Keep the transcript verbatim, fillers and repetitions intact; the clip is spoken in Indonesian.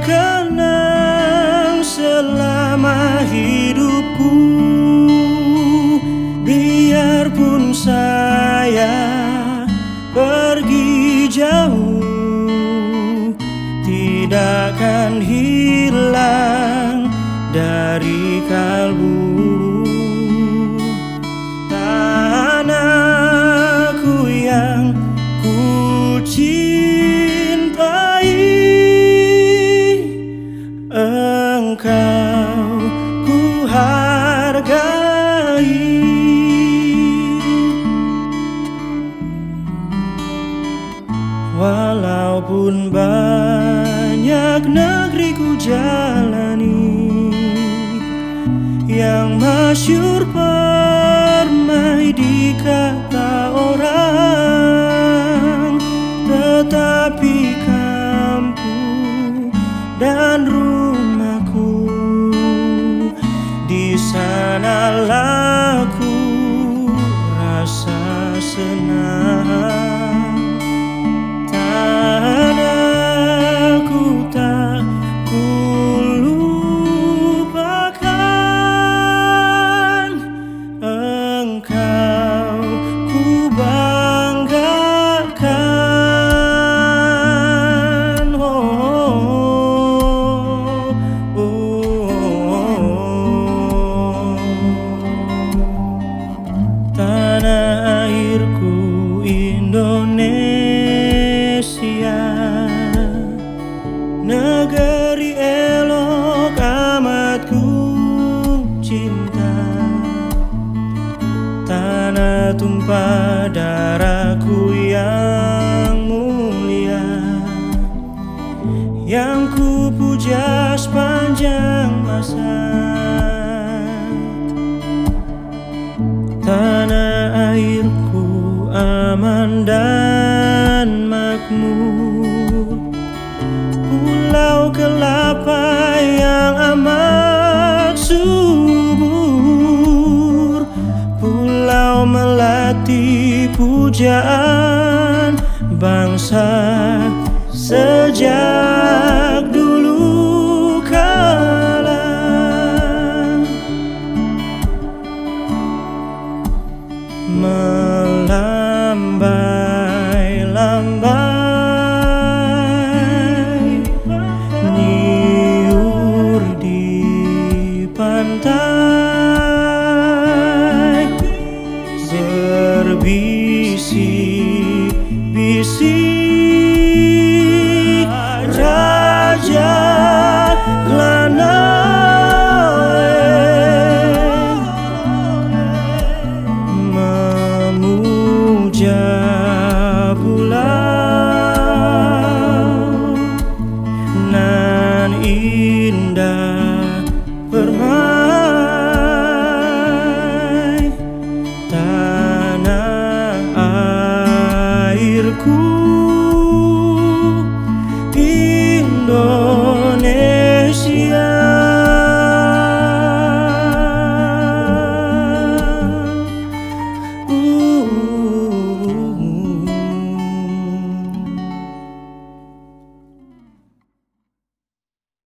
terkenang selama hidupku. Biarpun saya pergi jauh, tidak akan hilang dari kalbu. Tanahku yang ku cintai, engkau ku hargai. Walaupun banyak negeri ku jalani, yang masyhur permai di kata orang, tetapi kampung dan rumahku, di sanalah ku rasa senang. Tanahku tak ku lupakan, engkau ku banggakan. Oh, oh, oh. Tanah airku Indonesia, negeri elok amat ku cinta. Tanah tumpah darahku yang mulia, yang ku puja sepanjang masa. Tanah airku aman dan makmur, pulau kelapa yang amat subur, pulau melati pujaan bangsa sejak dulu kala. Melambai-lambai niur di pantai, berbisik-bisik raja memuja pulau nan indah.